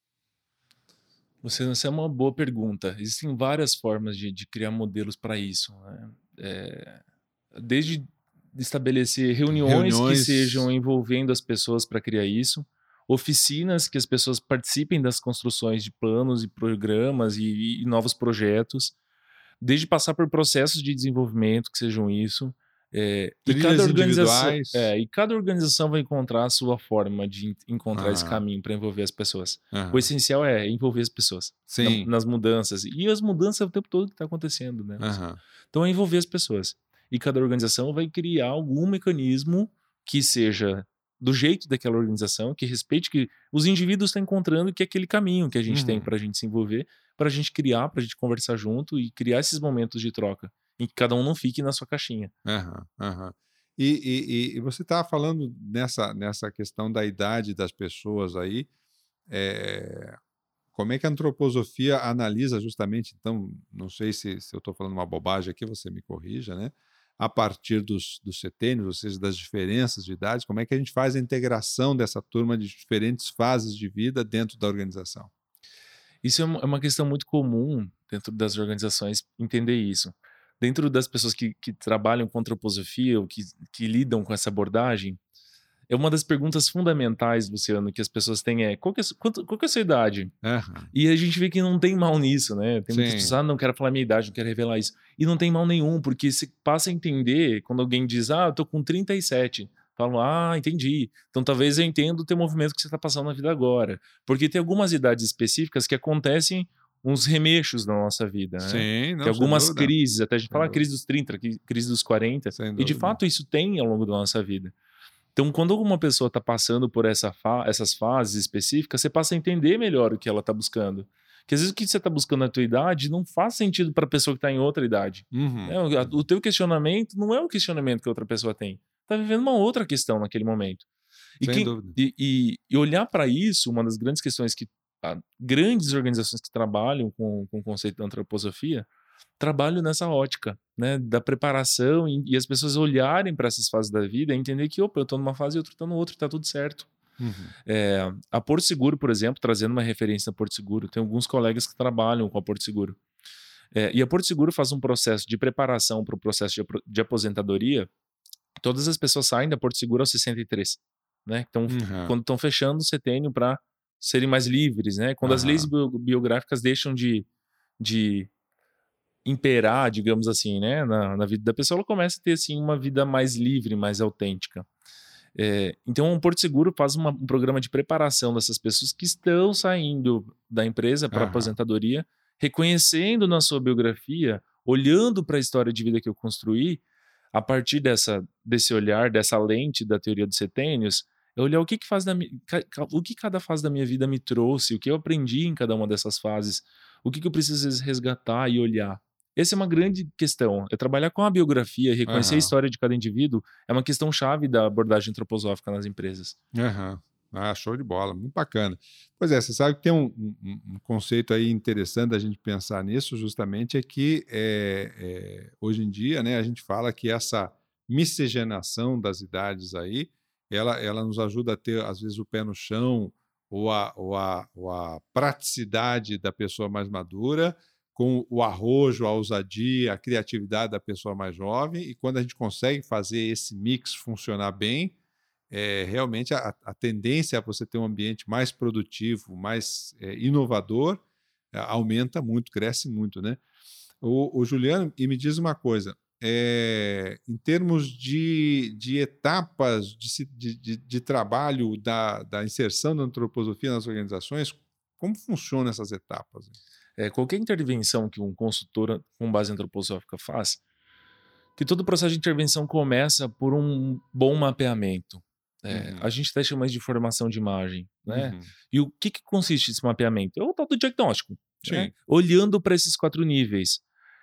Você, essa é uma boa pergunta. Existem várias formas de, de criar modelos para isso. Né? É, desde estabelecer reuniões, reuniões que sejam envolvendo as pessoas para criar isso, oficinas que as pessoas participem das construções de planos e programas e, e novos projetos, desde passar por processos de desenvolvimento que sejam isso. É, e, cada organização, é, e cada organização vai encontrar a sua forma de encontrar ah. esse caminho para envolver as pessoas. Ah. O essencial é envolver as pessoas na, nas mudanças. E as mudanças é o tempo todo que está acontecendo. Né? Ah. Então é envolver as pessoas. E cada organização vai criar algum mecanismo que seja do jeito daquela organização, que respeite que os indivíduos estão encontrando que é aquele caminho que a gente uhum. tem para a gente se envolver, para a gente criar, para a gente conversar junto e criar esses momentos de troca, em que cada um não fique na sua caixinha. Uhum, uhum. E, e, e você estava falando nessa, nessa questão da idade das pessoas aí, é, como é que a antroposofia analisa justamente, então, não sei se, se eu estou falando uma bobagem aqui, você me corrija, né? A partir dos, dos setênios, ou seja, das diferenças de idade, como é que a gente faz a integração dessa turma de diferentes fases de vida dentro da organização? Isso é uma questão muito comum dentro das organizações, entender isso. Dentro das pessoas que, que trabalham com antroposofia ou que, que lidam com essa abordagem, é uma das perguntas fundamentais, Luciano, que as pessoas têm é, qual que é, quanto, qual que é a sua idade? Uhum. E a gente vê que não tem mal nisso, né? Tem Sim. muitas pessoas, ah, não quero falar minha idade, não quero revelar isso. E não tem mal nenhum, porque você passa a entender, quando alguém diz, ah, eu tô com trinta e sete, falam, ah, entendi. Então talvez eu entenda o teu movimento que você está passando na vida agora. Porque tem algumas idades específicas que acontecem uns remexos na nossa vida, né? Sim, não, tem algumas dúvida. crises, até a gente Sem fala dúvida. crise dos trinta, crise dos quarenta, Sem e de dúvida. fato isso tem ao longo da nossa vida. Então, quando alguma pessoa está passando por essa fa essas fases específicas, você passa a entender melhor o que ela está buscando. Porque às vezes o que você está buscando na tua idade não faz sentido para a pessoa que está em outra idade. Uhum. Né? O, o teu questionamento não é o questionamento que a outra pessoa tem. Está vivendo uma outra questão naquele momento. E, Sem quem, dúvida. E, e, e olhar para isso, uma das grandes questões que ah, grandes organizações que trabalham com, com o conceito da antroposofia trabalho nessa ótica, né, da preparação e, e as pessoas olharem para essas fases da vida e entender que, opa, eu estou numa fase e outro está no outro, está tudo certo. Uhum. É, a Porto Seguro, por exemplo, trazendo uma referência da Porto Seguro, tem alguns colegas que trabalham com a Porto Seguro. É, e a Porto Seguro faz um processo de preparação para o processo de, de aposentadoria. Todas as pessoas saem da Porto Seguro aos sessenta e três, né? Então, uhum. quando estão fechando o setênio para serem mais livres, né? Quando uhum. as leis bio, biográficas deixam de, de imperar, digamos assim, né, na, na vida da pessoa, ela começa a ter assim, uma vida mais livre, mais autêntica. É, então, o Porto Seguro faz uma, um programa de preparação dessas pessoas que estão saindo da empresa para a uhum. aposentadoria, reconhecendo na sua biografia, olhando para a história de vida que eu construí, a partir dessa, desse olhar, dessa lente da teoria dos setênios, é olhar o que, que, faz da, o que cada fase da minha vida me trouxe, o que eu aprendi em cada uma dessas fases, o que, que eu preciso resgatar e olhar. Essa é uma grande questão. É trabalhar com a biografia, reconhecer uhum. a história de cada indivíduo, é uma questão chave da abordagem antroposófica nas empresas. Uhum. Ah, show de bola, muito bacana. Pois é, você sabe que tem um, um, um conceito aí interessante da gente pensar nisso, justamente, é que é, é, hoje em dia, né, a gente fala que essa miscigenação das idades aí, ela, ela nos ajuda a ter, às vezes, o pé no chão ou a, ou a, ou a praticidade da pessoa mais madura, com o arrojo, a ousadia, a criatividade da pessoa mais jovem, e quando a gente consegue fazer esse mix funcionar bem, é, realmente a, a tendência a você ter um ambiente mais produtivo, mais é, inovador, é, aumenta muito, cresce muito, né? O, o Juliano, e me diz uma coisa, é, em termos de, de etapas de, de, de, de trabalho da, da inserção da antroposofia nas organizações, como funcionam essas etapas? É, qualquer intervenção que um consultor com base antroposófica faz, que todo o processo de intervenção começa por um bom mapeamento. É, Uhum. A gente até chama de formação de imagem. Né? Uhum. E o que, que consiste esse mapeamento? É o tal do diagnóstico. Sim. Né? Olhando para esses quatro níveis.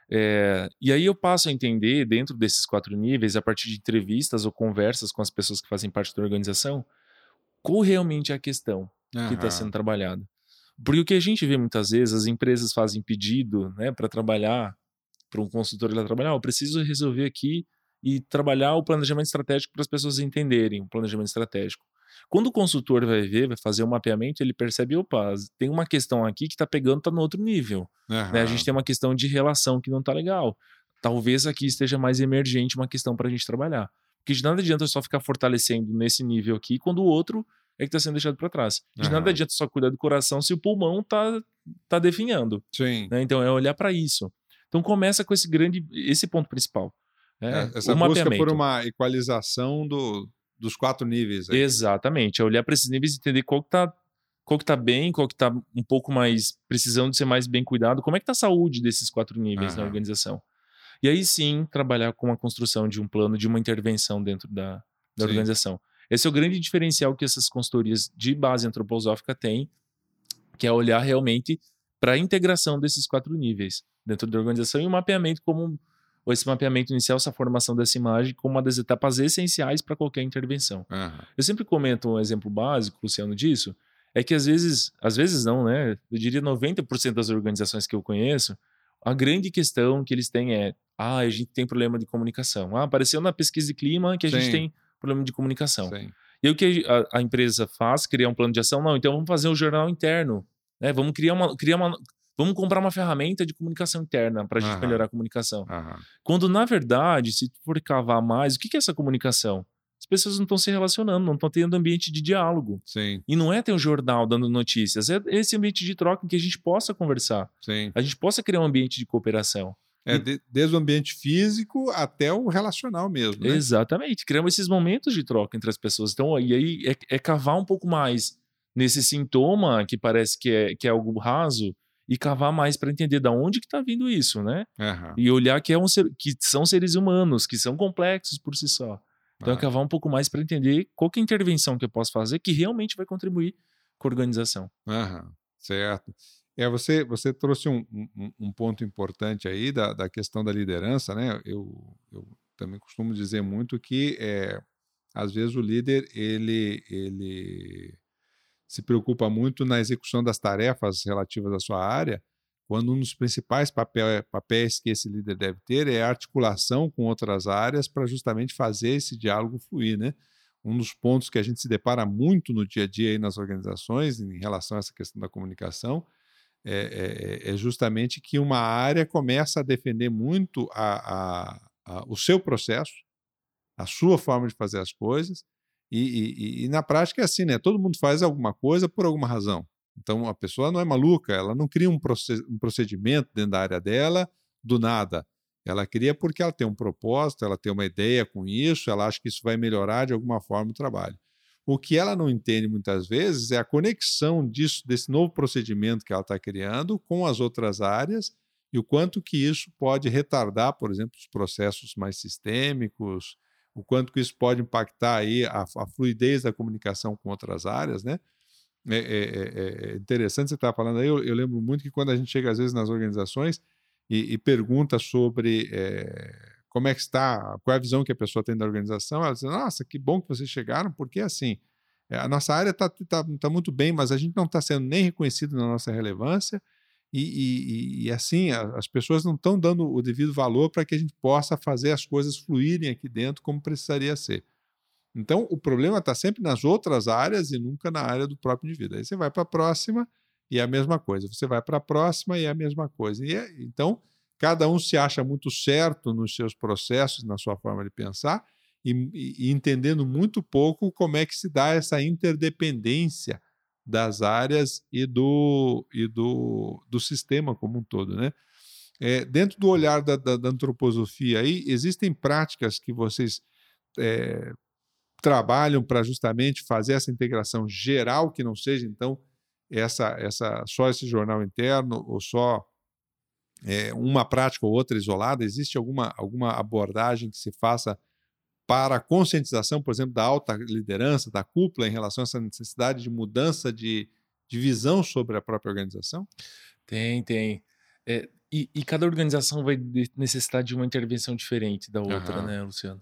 É, e aí eu passo a entender, dentro desses quatro níveis, a partir de entrevistas ou conversas com as pessoas que fazem parte da organização, qual realmente é a questão que está sendo trabalhada. Porque o que a gente vê muitas vezes, as empresas fazem pedido, né, para trabalhar, para um consultor ir lá trabalhar, oh, eu preciso resolver aqui e trabalhar o planejamento estratégico para as pessoas entenderem o planejamento estratégico. Quando o consultor vai ver, vai fazer o mapeamento, ele percebe, opa, tem uma questão aqui que está pegando, está no outro nível. Uhum. Né? A gente tem uma questão de relação que não está legal. Talvez aqui esteja mais emergente uma questão para a gente trabalhar. Porque de nada adianta só ficar fortalecendo nesse nível aqui, quando o outro é que está sendo deixado para trás. De Uhum. nada adianta só cuidar do coração se o pulmão está tá definhando. Sim. Né? Então é olhar para isso. Então começa com esse grande, esse ponto principal. Né? Essa o busca mapeamento. por uma equalização do, dos quatro níveis. Aí. Exatamente. É olhar para esses níveis e entender qual que está qual que tá bem, qual que está um pouco mais precisando de ser mais bem cuidado, como é que está a saúde desses quatro níveis uhum. na organização. E aí sim, trabalhar com a construção de um plano, de uma intervenção dentro da, da organização. Esse é o grande diferencial que essas consultorias de base antroposófica têm, que é olhar realmente para a integração desses quatro níveis dentro da organização e o mapeamento como ou esse mapeamento inicial, essa formação dessa imagem como uma das etapas essenciais para qualquer intervenção. Uhum. Eu sempre comento um exemplo básico, Luciano, disso, é que às vezes, às vezes não, né? Eu diria noventa por cento das organizações que eu conheço, a grande questão que eles têm é, ah, a gente tem problema de comunicação. Ah, apareceu na pesquisa de clima que a Sim. gente tem problema de comunicação. Sim. E aí o que a, a empresa faz? Criar um plano de ação? Não, então vamos fazer um jornal interno, né? Vamos criar uma, criar uma Vamos comprar uma ferramenta de comunicação interna para a gente uhum. melhorar a comunicação. Uhum. Quando, na verdade, se for cavar mais, o que é essa comunicação? As pessoas não estão se relacionando, não estão tendo ambiente de diálogo. Sim. E não é ter um jornal dando notícias, é esse ambiente de troca em que a gente possa conversar. Sim. A gente possa criar um ambiente de cooperação. É, e... de, desde o ambiente físico até o relacional mesmo, né? Exatamente. Criamos esses momentos de troca entre as pessoas. Então, e aí é, é cavar um pouco mais nesse sintoma que parece que é, que é algo raso, e cavar mais para entender de onde que está vindo isso, né? Uhum. E olhar que, é um ser, que são seres humanos, que são complexos por si só. Então, uhum. é cavar um pouco mais para entender qual que é a intervenção que eu posso fazer que realmente vai contribuir com a organização. Uhum. Certo. É, você, você trouxe um, um, um ponto importante aí da, da questão da liderança, né? Eu, eu também costumo dizer muito que, é, às vezes, o líder, ele... ele se preocupa muito na execução das tarefas relativas à sua área, quando um dos principais papel, papéis que esse líder deve ter é a articulação com outras áreas para justamente fazer esse diálogo fluir, né? Um dos pontos que a gente se depara muito no dia a dia aí nas organizações em relação a essa questão da comunicação é, é, é justamente que uma área começa a defender muito a, a, a, o seu processo, a sua forma de fazer as coisas. E, e, e na prática é assim, né? Todo mundo faz alguma coisa por alguma razão. Então a pessoa não é maluca, ela não cria um procedimento dentro da área dela do nada. Ela cria porque ela tem um propósito, ela tem uma ideia com isso, ela acha que isso vai melhorar de alguma forma o trabalho. O que ela não entende muitas vezes é a conexão disso, desse novo procedimento que ela está criando com as outras áreas e o quanto que isso pode retardar, por exemplo, os processos mais sistêmicos, o quanto que isso pode impactar aí a, a fluidez da comunicação com outras áreas, né? É, é, é interessante você estar falando aí, eu, eu lembro muito que quando a gente chega às vezes nas organizações e, e pergunta sobre é, como é que está, qual é a visão que a pessoa tem da organização, ela diz, nossa, que bom que vocês chegaram, porque assim, a nossa área está tá, tá muito bem, mas a gente não está sendo nem reconhecido na nossa relevância, E, e, e assim, as pessoas não estão dando o devido valor para que a gente possa fazer as coisas fluírem aqui dentro como precisaria ser. Então, o problema está sempre nas outras áreas e nunca na área do próprio indivíduo. Aí você vai para a próxima e é a mesma coisa. Você vai para a próxima e é a mesma coisa. E é, então, cada um se acha muito certo nos seus processos, na sua forma de pensar e, e, e entendendo muito pouco como é que se dá essa interdependência das áreas e do, e do, do sistema como um todo, né? É, dentro do olhar da, da, da antroposofia aí, existem práticas que vocês é, trabalham para justamente fazer essa integração geral, que não seja, então, essa, essa, só esse jornal interno ou só é, uma prática ou outra isolada? Existe alguma, alguma abordagem que se faça para a conscientização, por exemplo, da alta liderança, da cúpula, em relação a essa necessidade de mudança de, de visão sobre a própria organização? Tem, tem. É, e, e cada organização vai necessitar de uma intervenção diferente da outra, Aham. né, Luciano?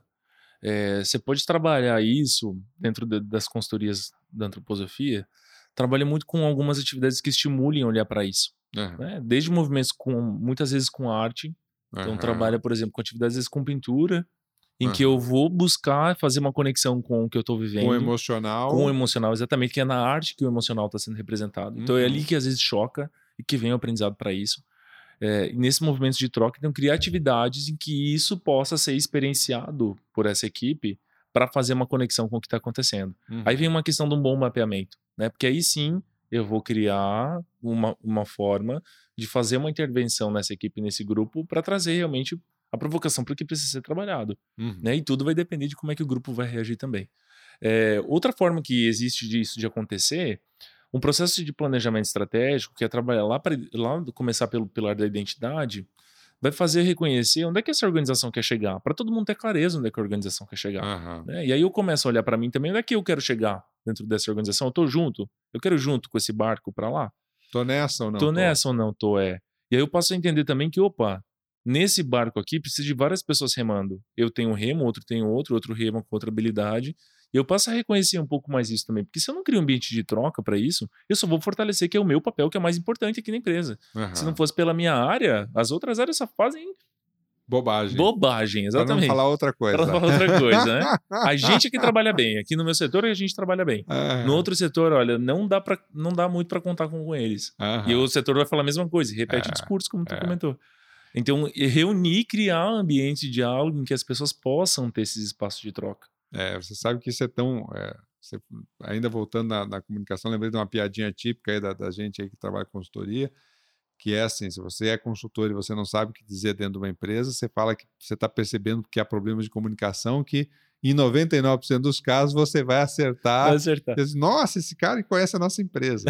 É, você pode trabalhar isso dentro de, das consultorias da antroposofia, trabalha muito com algumas atividades que estimulem a olhar para isso. Aham. Né? Desde movimentos com, muitas vezes com arte, então Aham. trabalha, por exemplo, com atividades às vezes com pintura, em Aham. que eu vou buscar fazer uma conexão com o que eu estou vivendo. Com o emocional. Com o emocional, exatamente, que é na arte que o emocional está sendo representado. Então Uhum. é ali que às vezes choca e que vem o aprendizado para isso. É, e nesse movimento de troca, então, criar atividades em que isso possa ser experienciado por essa equipe para fazer uma conexão com o que está acontecendo. Uhum. Aí vem uma questão de um bom mapeamento, né? Porque aí sim eu vou criar uma, uma forma de fazer uma intervenção nessa equipe, nesse grupo, para trazer realmente a provocação para o que precisa ser trabalhado. Uhum. Né? E tudo vai depender de como é que o grupo vai reagir também. É, outra forma que existe disso de acontecer, um processo de planejamento estratégico, que é trabalhar lá para lá começar pelo pilar da identidade, vai fazer reconhecer onde é que essa organização quer chegar, para todo mundo ter clareza onde é que a organização quer chegar. Aham. Né? E aí eu começo a olhar para mim também, onde é que eu quero chegar dentro dessa organização? Eu tô junto? Eu quero ir junto com esse barco para lá? Tô nessa ou não? Tô, Tô nessa ou não tô, é. E aí eu posso entender também que, opa, nesse barco aqui precisa de várias pessoas remando. Eu tenho um remo, outro tem outro, outro rema com outra habilidade. E eu passo a reconhecer um pouco mais isso também. Porque se eu não crio um ambiente de troca para isso, eu só vou fortalecer que é o meu papel que é mais importante aqui na empresa. Aham. Se não fosse pela minha área, as outras áreas só fazem Bobagem. bobagem, Para exatamente. não falar outra coisa. Para não falar outra coisa, né? A gente aqui trabalha bem. Aqui no meu setor a gente trabalha bem. Aham. No outro setor, olha, não dá, pra, não dá muito para contar com, com eles. Aham. E o setor vai falar a mesma coisa, e repete É, o discurso, como tu é. comentou. Então, reunir e criar um ambiente de diálogo em que as pessoas possam ter esses espaços de troca. É, você sabe que isso é tão... é, você- ainda voltando na, na comunicação, lembrei de uma piadinha típica aí da, da gente aí que trabalha com consultoria, que é assim, se você é consultor e você não sabe o que dizer dentro de uma empresa, você fala que você está percebendo que há problemas de comunicação, que em noventa e nove por cento dos casos você vai acertar. Vai acertar. Você diz, nossa, esse cara conhece a nossa empresa.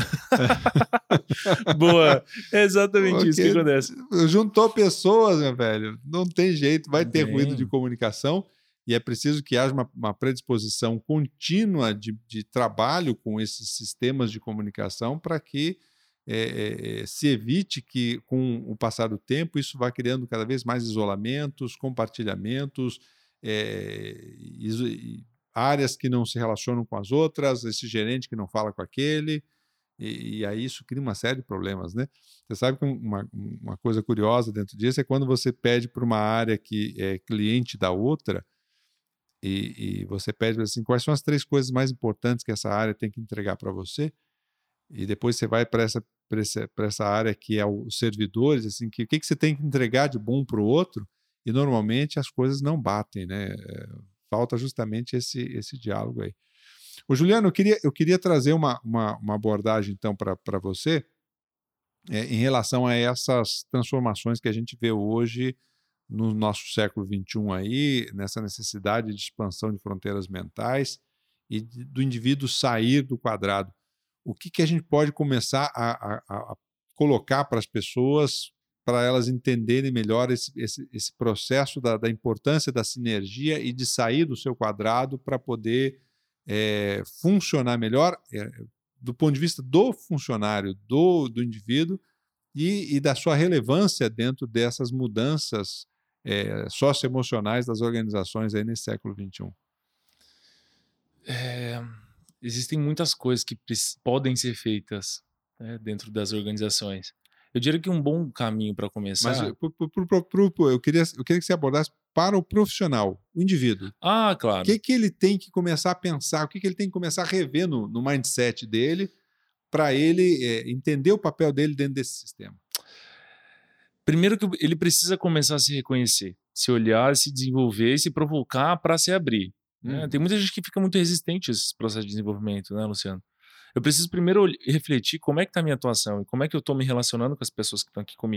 Boa. É exatamente isso que Porque acontece. juntou pessoas, meu velho, não tem jeito, vai Não ter tem. ruído de comunicação e é preciso que haja uma, uma predisposição contínua de, de trabalho com esses sistemas de comunicação para que é, é, se evite que, com o passar do tempo, isso vá criando cada vez mais isolamentos, compartilhamentos, é, iso- e áreas que não se relacionam com as outras, esse gerente que não fala com aquele, e, e aí isso cria uma série de problemas, né? Você sabe que uma, uma coisa curiosa dentro disso é quando você pede para uma área que é cliente da outra, e, e você pede assim, quais são as três coisas mais importantes que essa área tem que entregar para você, e depois você vai para essa, pra essa, pra essa área que é os servidores, assim, que, o que, que você tem que entregar de bom para o outro, e normalmente as coisas não batem, né? É, falta justamente esse, esse diálogo aí. Ô, Juliano, eu queria, eu queria trazer uma, uma, uma abordagem, então, para você, é, em relação a essas transformações que a gente vê hoje no nosso século vinte e um aí, nessa necessidade de expansão de fronteiras mentais e de, do indivíduo sair do quadrado. O que, que a gente pode começar a, a, a colocar para as pessoas, para elas entenderem melhor esse, esse, esse processo da, da importância da sinergia e de sair do seu quadrado para poder é, funcionar melhor é, do ponto de vista do funcionário, do, do indivíduo e, e da sua relevância dentro dessas mudanças é, socioemocionais das organizações aí nesse século vinte e um. É, existem muitas coisas que prec- podem ser feitas, né, dentro das organizações. Eu diria que um bom caminho para começar... Mas eu, pro- pro- pro- pro- pro- eu, queria, eu queria que você abordasse para o profissional, o indivíduo. Ah, O claro. que, que ele tem que começar a pensar, o que, que ele tem que começar a rever no, no mindset dele para ele é, entender o papel dele dentro desse sistema? Primeiro que ele precisa começar a se reconhecer, se olhar, se desenvolver e se provocar para se abrir. Né? Hum. Tem muita gente que fica muito resistente a esse processo de desenvolvimento, né, Luciano? Eu preciso primeiro olh- refletir como é que está a minha atuação e como é que eu estou me relacionando com as pessoas que estão aqui comigo.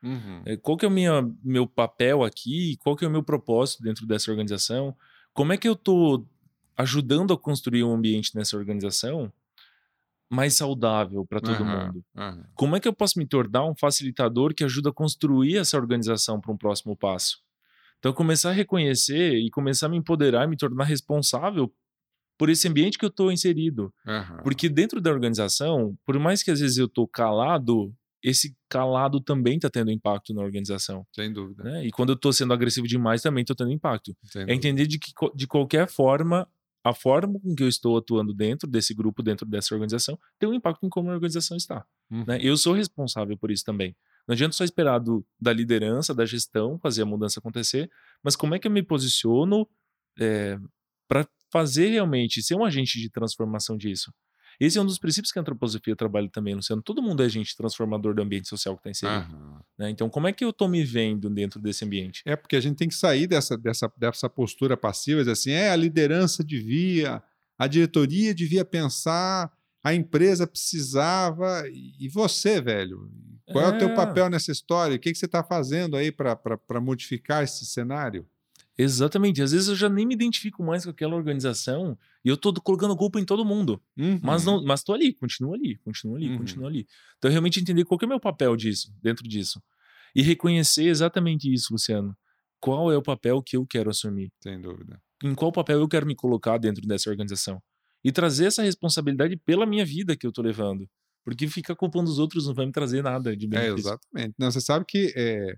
Uhum. Qual que é o minha, meu papel aqui? Qual que é o meu propósito dentro dessa organização? Como é que eu estou ajudando a construir um ambiente nessa organização mais saudável para todo Uhum. mundo? Uhum. Como é que eu posso me tornar um facilitador que ajuda a construir essa organização para um próximo passo? Então, começar a reconhecer e começar a me empoderar e me tornar responsável por esse ambiente que eu estou inserido. Uhum. Porque dentro da organização, por mais que às vezes eu estou calado, esse calado também está tendo impacto na organização. Sem dúvida. Né? E quando eu estou sendo agressivo demais, também estou tendo impacto. Sem é dúvida. entender de que, de qualquer forma, a forma com que eu estou atuando dentro desse grupo, dentro dessa organização, tem um impacto em como a organização está. Uhum. Né? Eu sou responsável por isso também. Não adianta só esperar do, da liderança, da gestão, fazer a mudança acontecer, mas como é que eu me posiciono é, para fazer realmente, ser um agente de transformação disso? Esse é um dos princípios que a antroposofia trabalha também, Luciano. Todo mundo é agente transformador do ambiente social que está inserido. Uhum. Né? Então, como é que eu estou me vendo dentro desse ambiente? É porque a gente tem que sair dessa, dessa, dessa postura passiva, dizer assim, é, a liderança devia, a diretoria devia pensar, a empresa precisava, e você, velho? Qual é, é o teu papel nessa história? O que, que você está fazendo aí para modificar esse cenário? Exatamente. Às vezes eu já nem me identifico mais com aquela organização e eu tô colocando culpa em todo mundo. Uhum. Mas não, mas tô ali, continuo ali, continuo ali, Uhum. continuo ali. Então realmente entender qual que é o meu papel disso, dentro disso. E reconhecer exatamente isso, Luciano. Qual é o papel que eu quero assumir? Sem dúvida. Em qual papel eu quero me colocar dentro dessa organização? E trazer essa responsabilidade pela minha vida que eu tô levando. Porque ficar culpando os outros não vai me trazer nada de benefício. É, exatamente. Não, você sabe que é,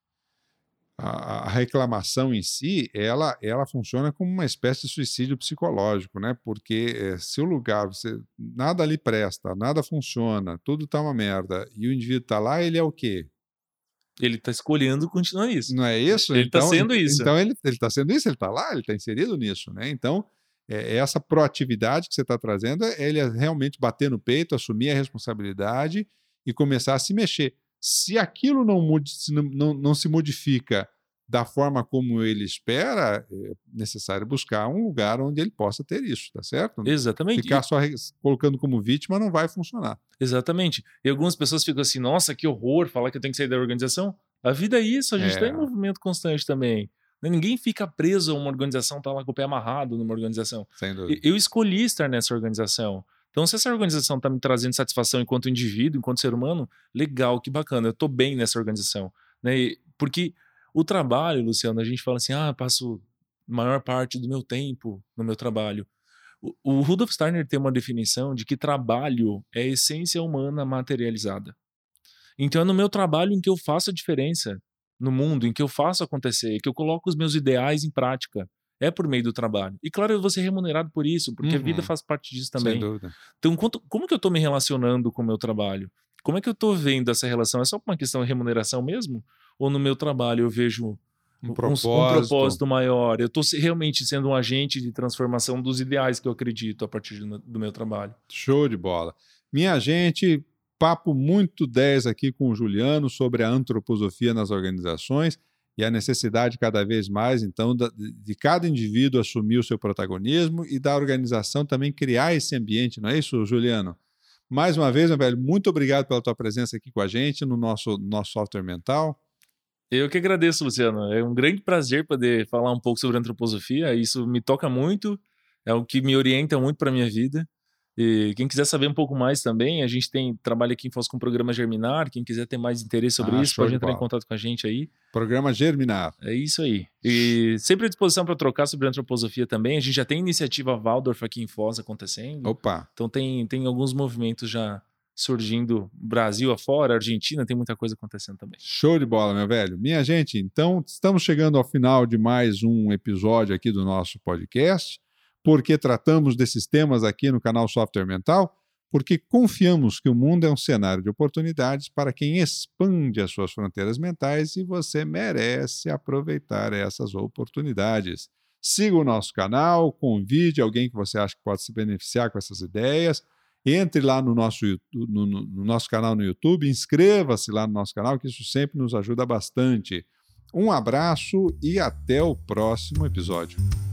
a, a reclamação em si, ela, ela funciona como uma espécie de suicídio psicológico, né? Porque é, se o lugar, você, nada ali presta, nada funciona, tudo tá uma merda, e o indivíduo tá lá, ele é o quê? Ele está escolhendo continuar isso. Não é isso? Ele está então, sendo isso. Então ele está sendo isso, ele está lá, ele está inserido nisso, né? Então, é, essa proatividade que você está trazendo, é ele é realmente bater no peito, assumir a responsabilidade e começar a se mexer. Se aquilo não, mude, se não, não, não se modifica da forma como ele espera, é necessário buscar um lugar onde ele possa ter isso, tá certo? Exatamente. Ficar só colocando como vítima não vai funcionar. Exatamente. E algumas pessoas ficam assim, nossa, que horror, falar que eu tenho que sair da organização. A vida é isso, a gente está É. em movimento constante também. Ninguém fica preso a uma organização, tá lá com o pé amarrado numa organização. Sem dúvida. Eu escolhi estar nessa organização. Então, se essa organização está me trazendo satisfação enquanto indivíduo, enquanto ser humano, legal, que bacana, eu estou bem nessa organização. Né? Porque o trabalho, Luciano, a gente fala assim, ah, passo a maior parte do meu tempo no meu trabalho. O, o Rudolf Steiner tem uma definição de que trabalho é a essência humana materializada. Então é no meu trabalho em que eu faço a diferença no mundo, em que eu faço acontecer, que eu coloco os meus ideais em prática. É por meio do trabalho. E claro, eu vou ser remunerado por isso, porque Uhum. a vida faz parte disso também. Sem dúvida. Então, quanto, como que eu estou me relacionando com o meu trabalho? Como é que eu estou vendo essa relação? É só uma questão de remuneração mesmo? Ou no meu trabalho eu vejo Um um, propósito. um propósito maior? Eu estou realmente sendo um agente de transformação dos ideais que eu acredito a partir do, do meu trabalho. Show de bola. Minha gente, papo muito dez aqui com o Juliano sobre a antroposofia nas organizações e a necessidade cada vez mais, então, de cada indivíduo assumir o seu protagonismo e da organização também criar esse ambiente, não é isso, Juliano? Mais uma vez, meu velho, muito obrigado pela tua presença aqui com a gente no nosso, nosso software mental. Eu que agradeço, Luciano. É um grande prazer poder falar um pouco sobre antroposofia. Isso me toca muito, é o que me orienta muito para a minha vida. E quem quiser saber um pouco mais também, a gente tem trabalho aqui em Foz com o programa Germinar. Quem quiser ter mais interesse sobre Ah, isso, show pode de entrar em bola. contato com a gente aí. Programa Germinar. É isso aí. E sempre à disposição para trocar sobre antroposofia também. A gente já tem iniciativa Waldorf aqui em Foz acontecendo. Opa! Então tem, tem alguns movimentos já surgindo Brasil afora, Argentina, tem muita coisa acontecendo também. Show de bola, meu velho. Minha gente, então, estamos chegando ao final de mais um episódio aqui do nosso podcast. Por que tratamos desses temas aqui no canal Software Mental? Porque confiamos que o mundo é um cenário de oportunidades para quem expande as suas fronteiras mentais e você merece aproveitar essas oportunidades. Siga o nosso canal, convide alguém que você acha que pode se beneficiar com essas ideias. Entre lá no nosso, no, no, no nosso canal no YouTube, inscreva-se lá no nosso canal, que isso sempre nos ajuda bastante. Um abraço e até o próximo episódio.